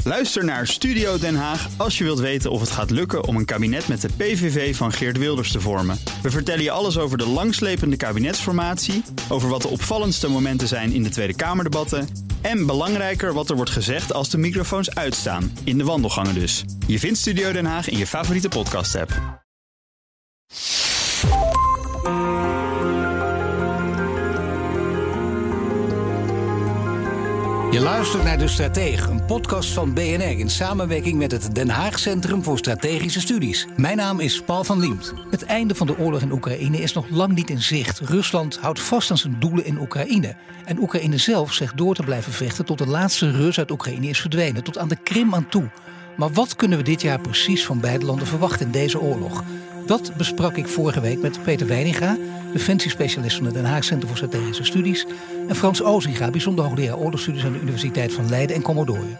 Luister naar Studio Den Haag als je wilt weten of het gaat lukken om een kabinet met de PVV van Geert Wilders te vormen. We vertellen je alles over de langslepende kabinetsformatie, over wat de opvallendste momenten zijn in de Tweede Kamerdebatten en belangrijker wat er wordt gezegd als de microfoons uitstaan, in de wandelgangen dus. Je vindt Studio Den Haag in je favoriete podcast-app. Je luistert naar De Stratege, een podcast van BNR in samenwerking met het Den Haag Centrum voor Strategische Studies. Mijn naam is Paul van Liemt. Het einde van de oorlog in Oekraïne is nog lang niet in zicht. Rusland houdt vast aan zijn doelen in Oekraïne. En Oekraïne zelf zegt door te blijven vechten tot de laatste Rus uit Oekraïne is verdwenen, tot aan de Krim aan toe. Maar wat kunnen we dit jaar precies van beide landen verwachten in deze oorlog? Dat besprak ik vorige week met Peter Weininga, defensiespecialist van het Den Haag Centrum voor Strategische Studies, en Frans Ozinga, bijzonder hoogleraar oorlogsstudies aan de Universiteit van Leiden en Commodore.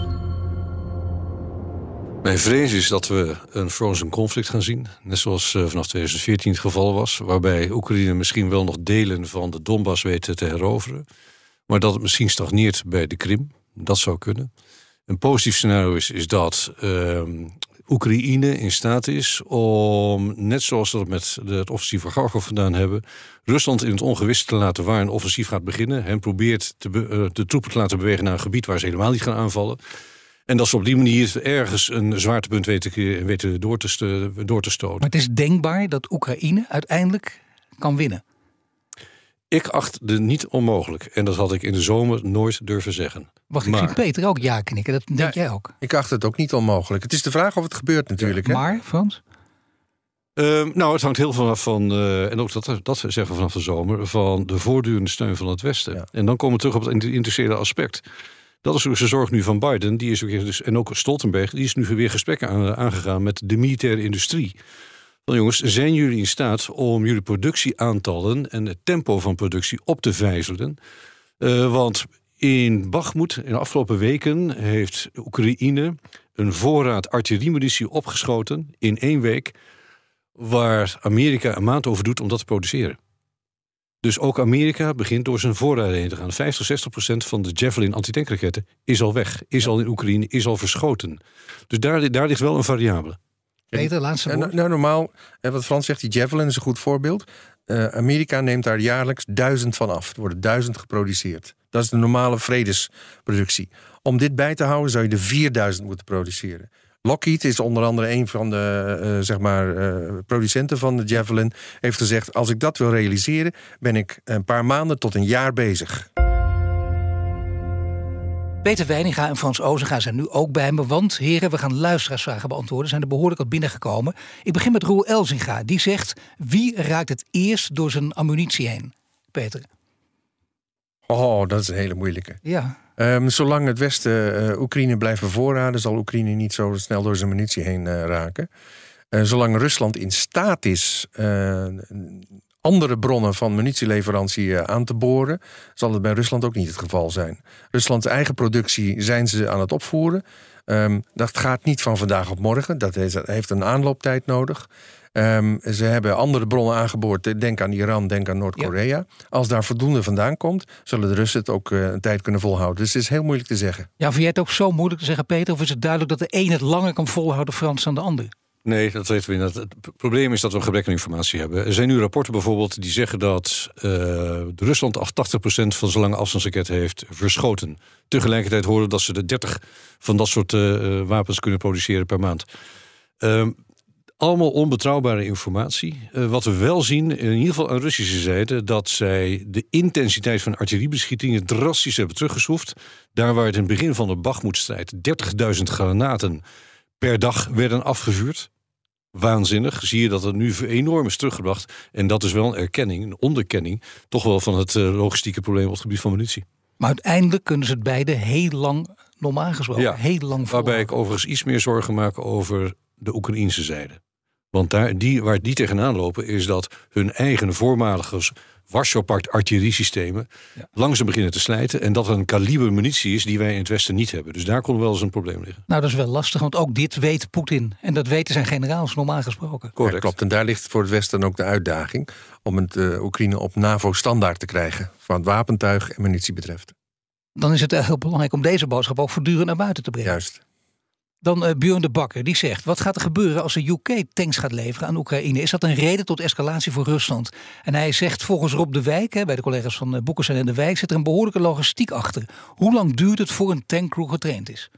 Mijn vrees is dat we een frozen conflict gaan zien, net zoals vanaf 2014 het geval was, waarbij Oekraïne misschien wel nog delen van de Donbass weet te heroveren, maar dat het misschien stagneert bij de Krim. Dat zou kunnen. Een positief scenario is dat Oekraïne in staat is om, net zoals we dat met het offensief van Kharkov gedaan hebben, Rusland in het ongewisse te laten waar een offensief gaat beginnen. En probeert de troepen te laten bewegen naar een gebied waar ze helemaal niet gaan aanvallen. En dat ze op die manier ergens een zwaartepunt weten door te stoten. Maar het is denkbaar dat Oekraïne uiteindelijk kan winnen. Ik acht het niet onmogelijk. En dat had ik in de zomer nooit durven zeggen. Wacht, ik zie Peter ook ja knikken. Dat denk jij ook. Ik acht het ook niet onmogelijk. Het is de vraag of het gebeurt natuurlijk. Maar, hè? Frans? Het hangt heel vanaf van, en ook dat zeggen we vanaf de zomer, van de voortdurende steun van het Westen. Ja. En dan komen we terug op het interesseerde aspect. Dat is ook de zorg nu van Biden, die is ook dus, en ook Stoltenberg, die is nu weer gesprekken aangegaan met de militaire industrie. Dan jongens, zijn jullie in staat om jullie productieaantallen en het tempo van productie op te vijzelen? Want in Bakhmut in de afgelopen weken heeft Oekraïne een voorraad artilleriemunitie opgeschoten in 1 week, waar Amerika een maand over doet om dat te produceren. Dus ook Amerika begint door zijn voorraden heen te gaan. 50-60% van de Javelin antitankraketten is al weg, is al in Oekraïne, is al verschoten. Dus daar ligt wel een variabele. Peter, laatste woord. Normaal, wat Frans zegt, die Javelin is een goed voorbeeld. Amerika neemt daar jaarlijks 1000 van af. Er worden 1000 geproduceerd. Dat is de normale vredesproductie. Om dit bij te houden zou je er 4000 moeten produceren. Lockheed is onder andere een van de producenten van de Javelin. Heeft gezegd, als ik dat wil realiseren, ben ik een paar maanden tot een jaar bezig. Peter Weininga en Frans Ozinga zijn nu ook bij me. Want, heren, we gaan luisteraarsvragen beantwoorden. Zijn er behoorlijk wat binnengekomen. Ik begin met Roel Elzinga. Die zegt, wie raakt het eerst door zijn ammunitie heen? Peter. Oh, dat is een hele moeilijke. Ja. Zolang het Westen Oekraïne blijft bevoorraden, zal Oekraïne niet zo snel door zijn munitie heen raken. Zolang Rusland in staat is andere bronnen van munitieleverantie aan te boren, zal het bij Rusland ook niet het geval zijn. Ruslands eigen productie zijn ze aan het opvoeren. Dat gaat niet van vandaag op morgen. Dat heeft een aanlooptijd nodig. Ze hebben andere bronnen aangeboord. Denk aan Iran, denk aan Noord-Korea. Ja. Als daar voldoende vandaan komt, zullen de Russen het ook een tijd kunnen volhouden. Dus het is heel moeilijk te zeggen. Ja, vind jij het ook zo moeilijk te zeggen, Peter? Of is het duidelijk dat de een het langer kan volhouden, Frans, dan de ander? Nee, dat weten we niet. Het probleem is dat we een gebrek aan informatie hebben. Er zijn nu rapporten bijvoorbeeld die zeggen dat Rusland 80% van zijn lange afstandsraketten heeft verschoten. Tegelijkertijd horen dat ze de 30 van dat soort wapens kunnen produceren per maand. Allemaal onbetrouwbare informatie. Wat we wel zien, in ieder geval aan Russische zijde, dat zij de intensiteit van artilleriebeschietingen drastisch hebben teruggeschroefd. Daar waar het in het begin van de Bakhmut-strijd 30.000 granaten per dag werden afgevuurd. Waanzinnig. Zie je dat het nu enorm is teruggebracht. En dat is wel een erkenning, een onderkenning, toch wel van het logistieke probleem op het gebied van munitie. Maar uiteindelijk kunnen ze het beide heel lang, normaal gesproken, heel lang volhouden. Waarbij ik overigens iets meer zorgen maak over de Oekraïnse zijde. Want waar die tegenaan lopen is dat hun eigen voormalige Warschau-pact artilleriesystemen langzaam beginnen te slijten. En dat er een kaliber munitie is die wij in het Westen niet hebben. Dus daar kon wel eens een probleem liggen. Nou, dat is wel lastig, want ook dit weet Poetin. En dat weten zijn generaals normaal gesproken. Correct. Ja, klopt. En daar ligt voor het Westen ook de uitdaging om het Oekraïne op NAVO-standaard te krijgen. Wat wapentuig en munitie betreft. Dan is het heel belangrijk om deze boodschap ook voortdurend naar buiten te brengen. Juist. Dan Björn de Bakker, die zegt... wat gaat er gebeuren als de UK tanks gaat leveren aan Oekraïne? Is dat een reden tot escalatie voor Rusland? En hij zegt volgens Rob de Wijk, bij de collega's van Boekenstein en de Wijk... zit er een behoorlijke logistiek achter. Hoe lang duurt het voor een tankcrew getraind is?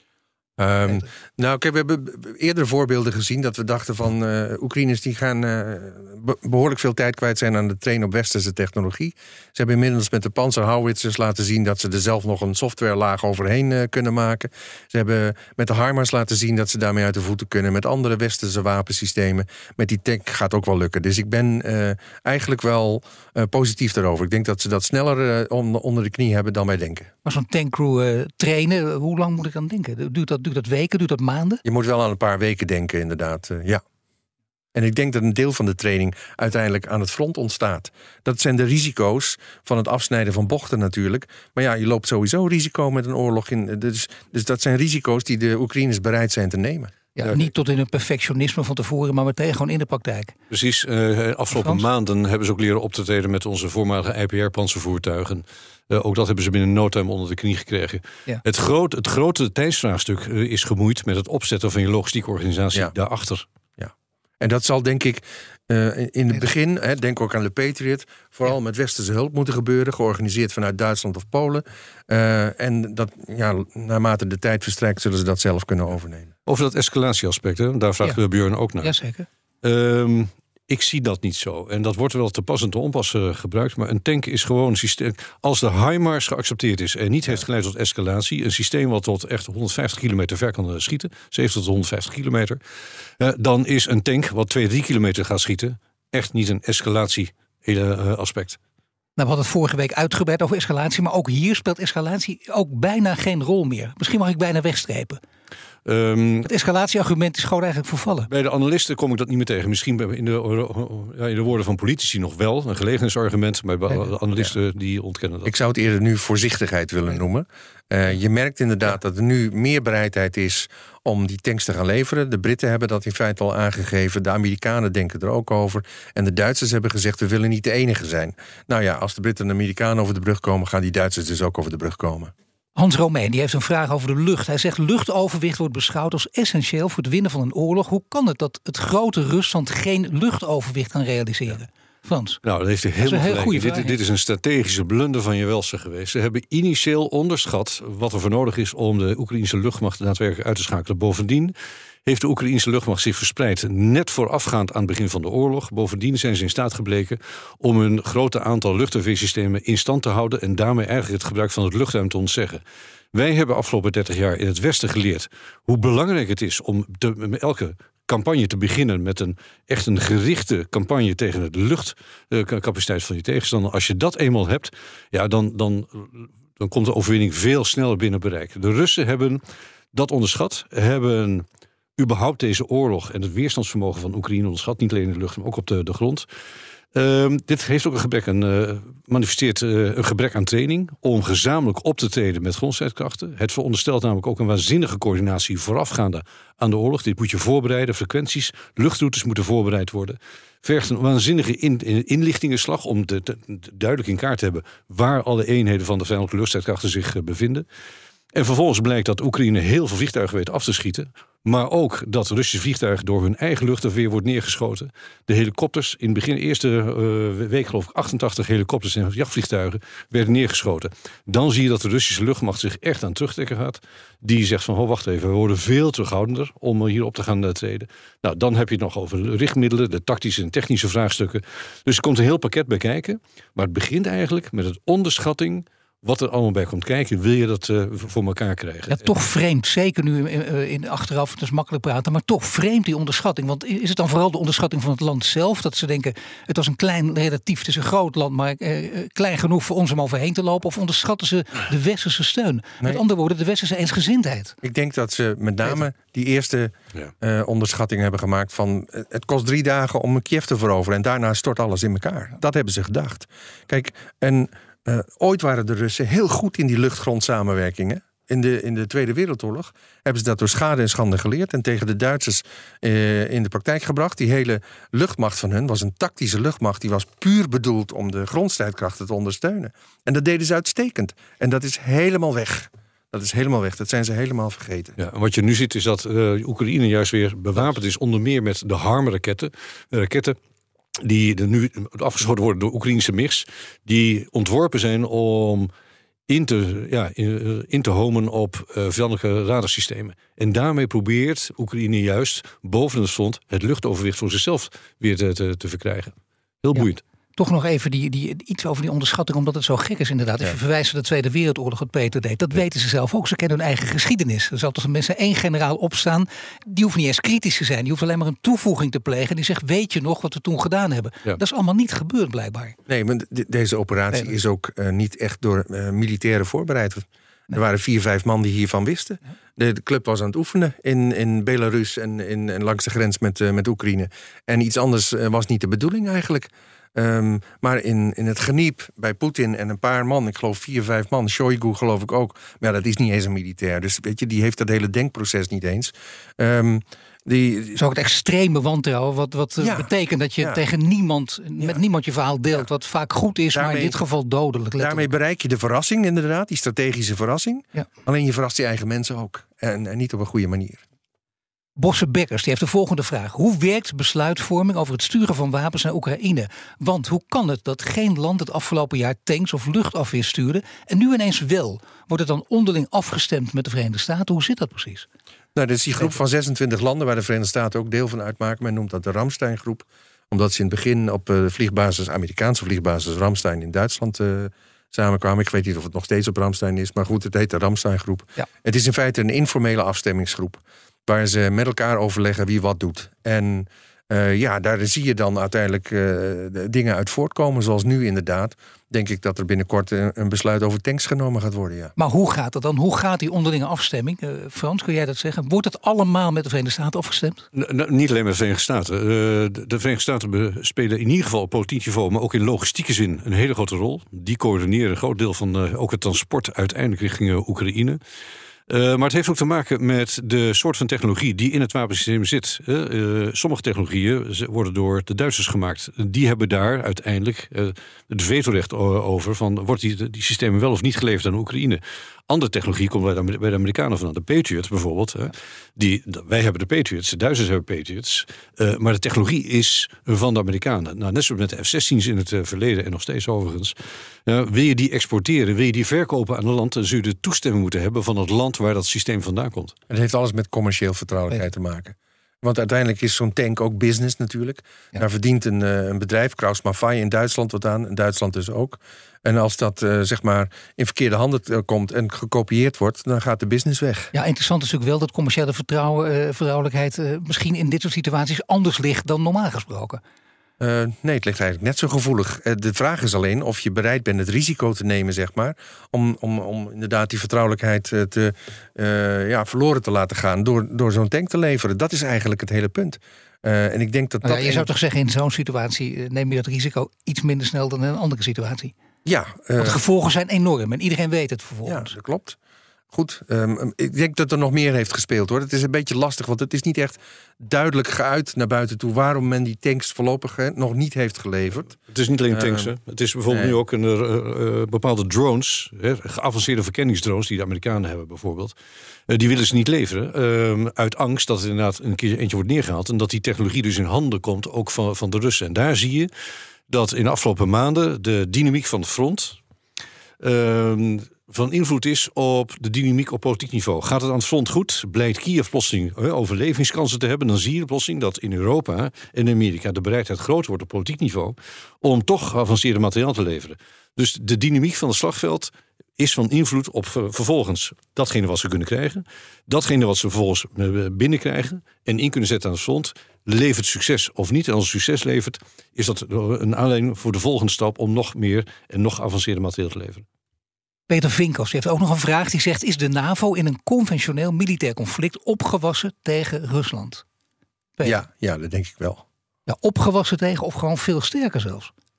We hebben eerder voorbeelden gezien dat we dachten van Oekraïners die gaan behoorlijk veel tijd kwijt zijn aan het trainen op westerse technologie. Ze hebben inmiddels met de Panzerhauwitzers laten zien dat ze er zelf nog een softwarelaag overheen kunnen maken. Ze hebben met de HIMARS laten zien dat ze daarmee uit de voeten kunnen. Met andere westerse wapensystemen. Met die tank gaat ook wel lukken. Dus ik ben eigenlijk wel positief daarover. Ik denk dat ze dat sneller onder de knie hebben dan wij denken. Maar zo'n tankcrew trainen, hoe lang moet ik dan denken? Duurt dat weken, duurt dat maanden? Je moet wel aan een paar weken denken, inderdaad. Ja. En ik denk dat een deel van de training uiteindelijk aan het front ontstaat. Dat zijn de risico's van het afsnijden van bochten natuurlijk. Maar ja, je loopt sowieso risico met een oorlog in. Dus dat zijn risico's die de Oekraïners bereid zijn te nemen. Ja, niet tot in een perfectionisme van tevoren, maar meteen gewoon in de praktijk. Precies. Afgelopen maanden hebben ze ook leren op te treden met onze voormalige IPR-panzervoertuigen. Ook dat hebben ze binnen no time onder de knie gekregen. Ja. Het grote tijdsvraagstuk is gemoeid met het opzetten van je logistieke organisatie daarachter. Ja. En dat zal denk ik in het begin, denk ook aan de Patriot, vooral met westerse hulp moeten gebeuren, georganiseerd vanuit Duitsland of Polen. En dat, naarmate de tijd verstrijkt, zullen ze dat zelf kunnen overnemen. Over dat escalatieaspect, daar vraagt Björn ook naar. Jazeker. Ik zie dat niet zo. En dat wordt wel te pas en te onpas gebruikt. Maar een tank is gewoon een systeem. Als de HIMARS geaccepteerd is en niet heeft geleid tot escalatie, een systeem wat tot echt 150 kilometer ver kan schieten, 70 tot 150 kilometer, dan is een tank wat 2-3 kilometer gaat schieten echt niet een escalatie aspect. Nou, we hadden het vorige week uitgebreid over escalatie, maar ook hier speelt escalatie ook bijna geen rol meer. Misschien mag ik bijna wegstrepen. Het escalatieargument is gewoon eigenlijk vervallen. Bij de analisten kom ik dat niet meer tegen. Misschien in de woorden van politici nog wel. Een gelegenheidsargument. Maar bij de analisten die ontkennen dat. Ik zou het eerder nu voorzichtigheid willen noemen. Je merkt inderdaad dat er nu meer bereidheid is om die tanks te gaan leveren. De Britten hebben dat in feite al aangegeven. De Amerikanen denken er ook over. En de Duitsers hebben gezegd, we willen niet de enige zijn. Nou ja, als de Britten en de Amerikanen over de brug komen, gaan die Duitsers dus ook over de brug komen. Hans Romein die heeft een vraag over de lucht. Hij zegt luchtoverwicht wordt beschouwd als essentieel voor het winnen van een oorlog. Hoe kan het dat het grote Rusland geen luchtoverwicht kan realiseren? Frans? Nou, dat heeft hij helemaal gelijk. Dit is een strategische blunder van Jewelsen geweest. Ze hebben initieel onderschat wat er voor nodig is om de Oekraïnse luchtmacht daadwerkelijk uit te schakelen. Bovendien heeft de Oekraïnse luchtmacht zich verspreid net voorafgaand aan het begin van de oorlog. Bovendien zijn ze in staat gebleken om een groot aantal luchtafweersystemen in stand te houden en daarmee eigenlijk het gebruik van het luchtruim te ontzeggen. Wij hebben afgelopen 30 jaar in het Westen geleerd hoe belangrijk het is om met elke campagne te beginnen met een gerichte campagne tegen de luchtcapaciteit van je tegenstander. Als je dat eenmaal hebt, ja, dan komt de overwinning veel sneller binnen bereik. De Russen hebben dat onderschat, hebben überhaupt deze oorlog en het weerstandsvermogen van Oekraïne onderschat, niet alleen in de lucht, maar ook op de grond. Dit heeft ook manifesteert een gebrek aan training om gezamenlijk op te treden met grondstrijdkrachten. Het veronderstelt namelijk ook een waanzinnige coördinatie voorafgaande aan de oorlog. Dit moet je voorbereiden, frequenties, luchtroutes moeten voorbereid worden. Vergt een waanzinnige inlichtingenslag om duidelijk in kaart te hebben waar alle eenheden van de vijandelijke luchtstrijdkrachten zich bevinden. En vervolgens blijkt dat Oekraïne heel veel vliegtuigen weet af te schieten. Maar ook dat Russische vliegtuigen door hun eigen luchtafweer wordt neergeschoten. De helikopters, in het begin, eerste week geloof ik, 88 helikopters en jachtvliegtuigen werden neergeschoten. Dan zie je dat de Russische luchtmacht zich echt aan terugtrekken gaat. Die zegt van, wacht even, we worden veel terughoudender om hierop te gaan treden. Nou, dan heb je het nog over de richtmiddelen, de tactische en technische vraagstukken. Dus er komt een heel pakket bij kijken. Maar het begint eigenlijk met het onderschatting. Wat er allemaal bij komt kijken, wil je dat voor elkaar krijgen? Ja, toch vreemd, zeker nu in achteraf, het is makkelijk praten, maar toch vreemd die onderschatting. Want is het dan vooral de onderschatting van het land zelf? Dat ze denken, het was een klein, relatief, het is een groot land, maar klein genoeg voor ons om overheen te lopen? Of onderschatten ze de westerse steun? Met andere woorden, de westerse eensgezindheid? Ik denk dat ze met name die eerste onderschatting hebben gemaakt van het kost 3 dagen om Kiev te veroveren en daarna stort alles in elkaar. Dat hebben ze gedacht. Kijk, ooit waren de Russen heel goed in die lucht-grond samenwerkingen. in de Tweede Wereldoorlog hebben ze dat door schade en schande geleerd en tegen de Duitsers in de praktijk gebracht. Die hele luchtmacht van hun was een tactische luchtmacht. Die was puur bedoeld om de grondstrijdkrachten te ondersteunen. En dat deden ze uitstekend. En dat is helemaal weg. Dat zijn ze helemaal vergeten. Ja, en wat je nu ziet is dat Oekraïne juist weer bewapend is, onder meer met de HARM-raketten. Raketten die er nu afgeschoten worden door Oekraïnse MIGs. Die ontworpen zijn om in te homen op vijandelijke radarsystemen. En daarmee probeert Oekraïne juist boven het front het luchtoverwicht voor zichzelf weer te verkrijgen. Heel boeiend. Toch nog even iets over die onderschatting, omdat het zo gek is inderdaad. Als je verwijst naar de Tweede Wereldoorlog, wat Peter deed, dat weten ze zelf ook. Ze kennen hun eigen geschiedenis. Er zal toch mensen 1 generaal opstaan. Die hoeft niet eens kritisch te zijn. Die hoeft alleen maar een toevoeging te plegen. Die zegt, weet je nog wat we toen gedaan hebben? Ja. Dat is allemaal niet gebeurd blijkbaar. Nee, maar deze operatie is ook niet echt door militairen voorbereid. Er waren 4-5 man die hiervan wisten. De club was aan het oefenen in Belarus en langs de grens met Oekraïne. En iets anders was niet de bedoeling eigenlijk. Maar in het geniep bij Poetin en een paar man, ik geloof 4-5 man, Shoigu geloof ik ook, maar dat is niet eens een militair. Dus weet je, die heeft dat hele denkproces niet eens. Zo het extreme wantrouwen, wat betekent dat je tegen met niemand je verhaal deelt, wat vaak goed is, maar in dit geval dodelijk. Letterlijk. Daarmee bereik je de verrassing inderdaad, die strategische verrassing. Ja. Alleen je verrast je eigen mensen ook. En niet op een goede manier. Bosse Bekkers die heeft de volgende vraag. Hoe werkt besluitvorming over het sturen van wapens naar Oekraïne? Want hoe kan het dat geen land het afgelopen jaar tanks of luchtafweer stuurde en nu ineens wel? Wordt het dan onderling afgestemd met de Verenigde Staten? Hoe zit dat precies? Nou, dit is die groep van 26 landen waar de Verenigde Staten ook deel van uitmaken. Men noemt dat de Ramstein-groep. Omdat ze in het begin op Amerikaanse vliegbasis Ramstein in Duitsland samenkwamen. Ik weet niet of het nog steeds op Ramstein is, maar goed, het heet de Ramstein-groep. Ja. Het is in feite een informele afstemmingsgroep, waar ze met elkaar overleggen wie wat doet. En daar zie je dan uiteindelijk dingen uit voortkomen. Zoals nu inderdaad, denk ik dat er binnenkort een besluit over tanks genomen gaat worden. Ja. Maar hoe gaat dat dan? Hoe gaat die onderlinge afstemming? Frans, kun jij dat zeggen? Wordt het allemaal met de Verenigde Staten afgestemd? Niet alleen met de Verenigde Staten. De Verenigde Staten spelen in ieder geval op politiek niveau, maar ook in logistieke zin een hele grote rol. Die coördineren een groot deel van ook het transport uiteindelijk richting Oekraïne. Maar het heeft ook te maken met de soort van technologie die in het wapensysteem zit. Sommige technologieën worden door de Duitsers gemaakt. Die hebben daar uiteindelijk het vetorecht over van wordt die systemen wel of niet geleverd aan Oekraïne. Andere technologie komt bij de Amerikanen vandaan. De Patriot bijvoorbeeld. Wij hebben de Patriots, de Duitsers hebben Patriots. Maar de technologie is van de Amerikanen. Nou, net zoals met de F-16's in het verleden en nog steeds overigens. Wil je die exporteren, wil je die verkopen aan een land, dan zul je de toestemming moeten hebben van het land waar dat systeem vandaan komt. Het heeft alles met commercieel vertrouwelijkheid te maken. Want uiteindelijk is zo'n tank ook business natuurlijk. Ja. Daar verdient een bedrijf, Krauss-Maffei in Duitsland wat aan. In Duitsland dus ook. En als dat in verkeerde handen komt en gekopieerd wordt, dan gaat de business weg. Ja, interessant is natuurlijk wel dat commerciële vertrouwelijkheid misschien in dit soort situaties anders ligt dan normaal gesproken. Nee, het ligt eigenlijk net zo gevoelig. De vraag is alleen of je bereid bent het risico te nemen, zeg maar, om inderdaad die vertrouwelijkheid verloren te laten gaan door zo'n tank te leveren. Dat is eigenlijk het hele punt. En ik denk dat je zou toch zeggen, in zo'n situatie neem je dat risico iets minder snel dan in een andere situatie? Ja. Want de gevolgen zijn enorm en iedereen weet het vervolgens. Ja, dat klopt. Goed, ik denk dat er nog meer heeft gespeeld, hoor. Het is een beetje lastig, want het is niet echt duidelijk geuit naar buiten toe waarom men die tanks voorlopig nog niet heeft geleverd. Het is niet alleen tanks, hè. Het is bijvoorbeeld nu ook een bepaalde drones, geavanceerde verkenningsdrones die de Amerikanen hebben bijvoorbeeld. Die willen ze niet leveren, uit angst dat er inderdaad een keer eentje wordt neergehaald en dat die technologie dus in handen komt, ook van de Russen. En daar zie je dat in de afgelopen maanden de dynamiek van het front van invloed is op de dynamiek op politiek niveau. Gaat het aan het front goed? Blijkt Kiev plotseling overlevingskansen te hebben? Dan zie je plotseling dat in Europa en Amerika de bereidheid groter wordt op politiek niveau om toch geavanceerde materiaal te leveren. Dus de dynamiek van het slagveld is van invloed op vervolgens datgene wat ze kunnen krijgen, datgene wat ze vervolgens binnenkrijgen en in kunnen zetten aan het front. Levert succes of niet? En als het succes levert, is dat een aanleiding voor de volgende stap om nog meer en nog geavanceerde materiaal te leveren. Peter Vinkels heeft ook nog een vraag. Die zegt, is de NAVO in een conventioneel militair conflict opgewassen tegen Rusland? Ja, dat denk ik wel. Ja, opgewassen tegen of gewoon veel sterker zelfs?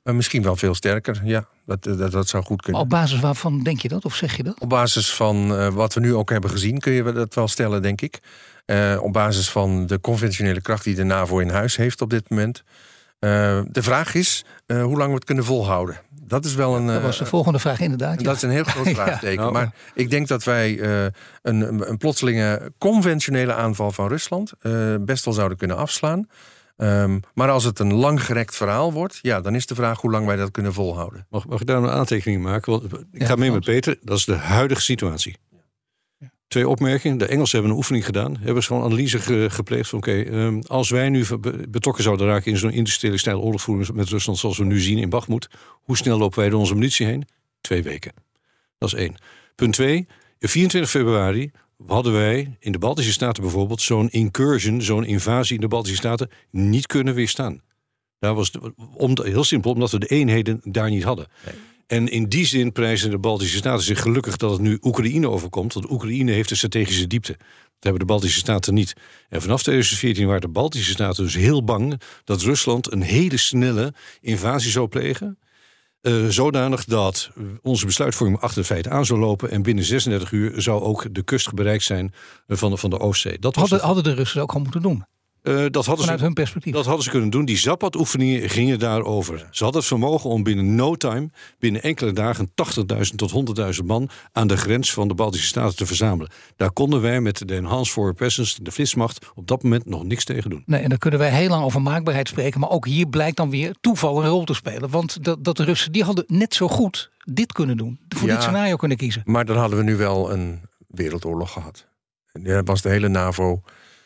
Misschien wel veel sterker, ja. Dat zou goed kunnen. Maar op basis waarvan denk je dat? Of zeg je dat? Op basis van wat we nu ook hebben gezien kun je dat wel stellen, denk ik. Op basis van de conventionele kracht die de NAVO in huis heeft op dit moment. De vraag is hoe lang we het kunnen volhouden. Dat is wel een. Dat was de volgende vraag inderdaad. Dat is een heel groot vraagteken. Ja. Maar ik denk dat wij een plotselinge conventionele aanval van Rusland best wel zouden kunnen afslaan. Maar als het een langgerekt verhaal wordt, dan is de vraag hoe lang wij dat kunnen volhouden. Mag ik daar een aantekening maken? Want ik ga mee met Peter. Dat is de huidige situatie. Ja. 2 opmerkingen. De Engelsen hebben een oefening gedaan. Hebben ze gewoon analyse gepleegd van als wij nu betrokken zouden raken in zo'n industriële stijl oorlogvoering met Rusland zoals we nu zien in Bakhmut, hoe snel lopen wij door onze munitie heen? 2 weken. Dat is 1. Punt 2. 24 februari hadden wij in de Baltische Staten bijvoorbeeld zo'n incursion, zo'n invasie in de Baltische Staten niet kunnen weerstaan. Daar was heel simpel, omdat we de eenheden daar niet hadden. Nee. En in die zin prijzen de Baltische Staten zich gelukkig dat het nu Oekraïne overkomt. Want Oekraïne heeft de strategische diepte. Dat hebben de Baltische Staten niet. En vanaf 2014 waren de Baltische Staten dus heel bang dat Rusland een hele snelle invasie zou plegen. Zodanig dat onze besluitvorming achter de feiten aan zou lopen en binnen 36 uur zou ook de kust bereikt zijn van de Oostzee. Hadden de Russen ook al moeten doen? Vanuit hun perspectief. Dat hadden ze kunnen doen. Die Zapad-oefeningen gingen daarover. Ze hadden het vermogen om binnen no time, binnen enkele dagen, 80.000 tot 100.000 man aan de grens van de Baltische Staten te verzamelen. Daar konden wij met de Enhanced Forward Presence, de flitsmacht, op dat moment nog niks tegen doen. Nee, en dan kunnen wij heel lang over maakbaarheid spreken. Maar ook hier blijkt dan weer toeval een rol te spelen. Want dat de Russen, die hadden net zo goed dit kunnen doen. Voor dit scenario kunnen kiezen. Maar dan hadden we nu wel een wereldoorlog gehad. En was de hele NAVO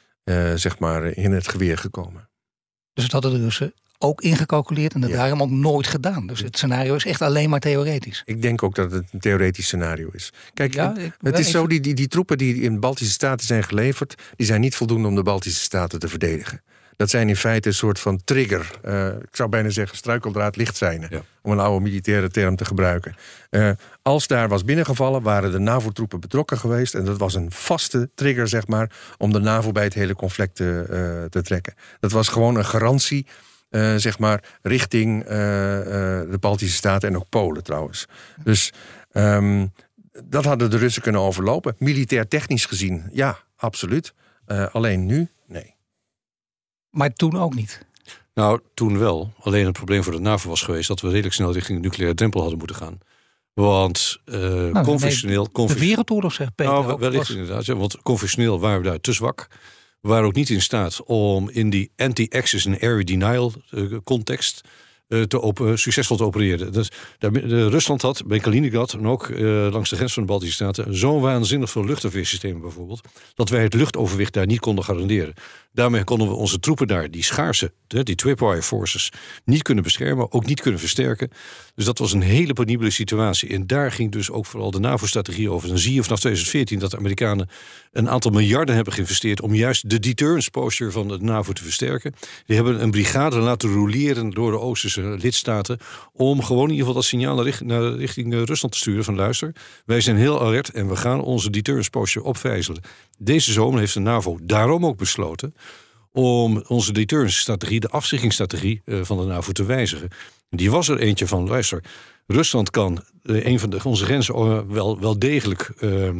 in het geweer gekomen. Dus dat hadden de Russen ook ingecalculeerd en dat daarom ook nooit gedaan. Dus het scenario is echt alleen maar theoretisch. Ik denk ook dat het een theoretisch scenario is. Kijk, het is zo, die troepen die in de Baltische Staten zijn geleverd, die zijn niet voldoende om de Baltische Staten te verdedigen. Dat zijn in feite een soort van trigger. Ik zou bijna zeggen struikeldraad lichtzijnen. Ja. Om een oude militaire term te gebruiken. Als daar was binnengevallen, waren de NAVO-troepen betrokken geweest. En dat was een vaste trigger, om de NAVO bij het hele conflict te trekken. Dat was gewoon een garantie, richting de Baltische Staten en ook Polen trouwens. Dus dat hadden de Russen kunnen overlopen. Militair technisch gezien, ja, absoluut. Alleen nu, nee. Maar toen ook niet? Nou, toen wel. Alleen het probleem voor de NAVO was geweest dat we redelijk snel richting de nucleaire drempel hadden moeten gaan. Want conventioneel... De wereldoorlog, zegt Peter. Nou, wellicht inderdaad. Want conventioneel waren we daar te zwak. We waren ook niet in staat om in die anti-access en area denial context succesvol te opereren. Dus Rusland had bij Kaliningrad en ook langs de grens van de Baltische Staten zo'n waanzinnig veel luchtafweersystemen bijvoorbeeld, dat wij het luchtoverwicht daar niet konden garanderen. Daarmee konden we onze troepen daar, die schaarse, die tripwire forces, niet kunnen beschermen, ook niet kunnen versterken. Dus dat was een hele penibele situatie. En daar ging dus ook vooral de NAVO-strategie over. Dan zie je vanaf 2014 dat de Amerikanen een aantal miljarden hebben geïnvesteerd om juist de deterrence posture van de NAVO te versterken. Die hebben een brigade laten roleren door de Oosterse lidstaten om gewoon in ieder geval dat signaal naar richting Rusland te sturen van luister, wij zijn heel alert en we gaan onze deterrence posture opvijzelen. Deze zomer heeft de NAVO daarom ook besloten om onze deterrence-strategie, de afschrikkingsstrategie van de NAVO te wijzigen. Die was er eentje van, luister, Rusland kan een van onze grenzen wel degelijk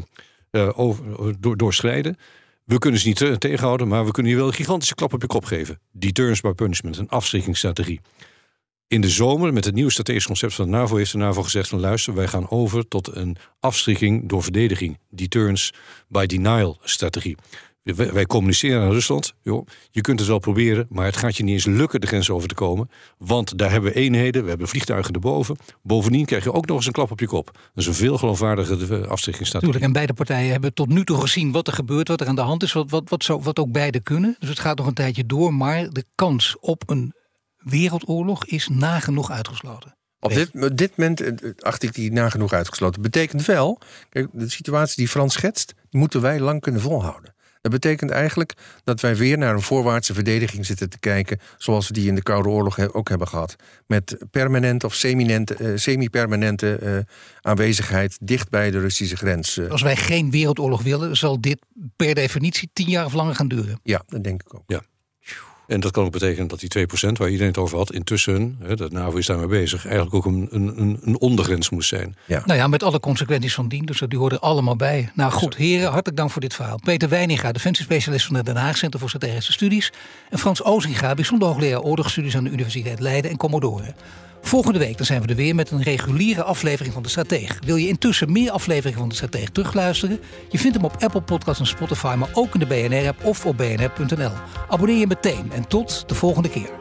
doorschrijden. We kunnen ze niet tegenhouden, maar we kunnen je wel een gigantische klap op je kop geven. Deterrence by punishment, een afschrikkingsstrategie. In de zomer, met het nieuwe strategisch concept van de NAVO, heeft de NAVO gezegd van luister, wij gaan over tot een afschrikking door verdediging. Deterrence by denial strategie. Wij communiceren aan Rusland. Joh, je kunt het wel proberen, maar het gaat je niet eens lukken de grens over te komen. Want daar hebben we eenheden, we hebben vliegtuigen erboven. Bovendien krijg je ook nog eens een klap op je kop. Dat is een veel geloofwaardige afschrikkingsstrategie. Tuurlijk, en beide partijen hebben tot nu toe gezien wat er gebeurt, wat er aan de hand is, wat ook beide kunnen. Dus het gaat nog een tijdje door, maar de kans op een wereldoorlog is nagenoeg uitgesloten. Op dit moment acht ik die nagenoeg uitgesloten. Betekent wel, kijk, de situatie die Frans schetst, die moeten wij lang kunnen volhouden. Dat betekent eigenlijk dat wij weer naar een voorwaartse verdediging zitten te kijken, zoals we die in de Koude Oorlog ook hebben gehad. Met permanente of semi-permanente aanwezigheid dicht bij de Russische grens. Als wij geen wereldoorlog willen, zal dit per definitie 10 jaar of langer gaan duren. Ja, dat denk ik ook. Ja. En dat kan ook betekenen dat die 2% waar iedereen het over had, intussen, de NAVO is daarmee bezig, eigenlijk ook een ondergrens moest zijn. Ja. Nou ja, met alle consequenties van dien. Dus die horen er allemaal bij. Nou goed, heren, hartelijk dank voor dit verhaal. Peter Wijninga, defensiespecialist van het Den Haag Centrum voor Strategische Studies. En Frans Ozinga, bijzonder hoogleraar oorlogsstudies aan de Universiteit Leiden en Commodore. Volgende week dan zijn we er weer met een reguliere aflevering van De Strateeg. Wil je intussen meer afleveringen van De Strateeg terugluisteren? Je vindt hem op Apple Podcasts en Spotify, maar ook in de BNR-app of op bnr.nl. Abonneer je meteen en tot de volgende keer.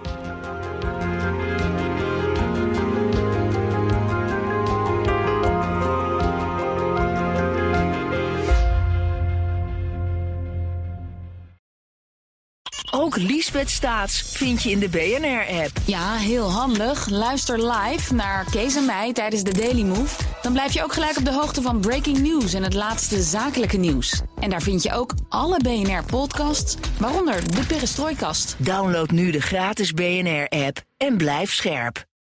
Ook Liesbeth Staats vind je in de BNR-app. Ja, heel handig. Luister live naar Kees en mij tijdens de Daily Move. Dan blijf je ook gelijk op de hoogte van breaking news en het laatste zakelijke nieuws. En daar vind je ook alle BNR-podcasts, waaronder de Perestrooikast. Download nu de gratis BNR-app en blijf scherp.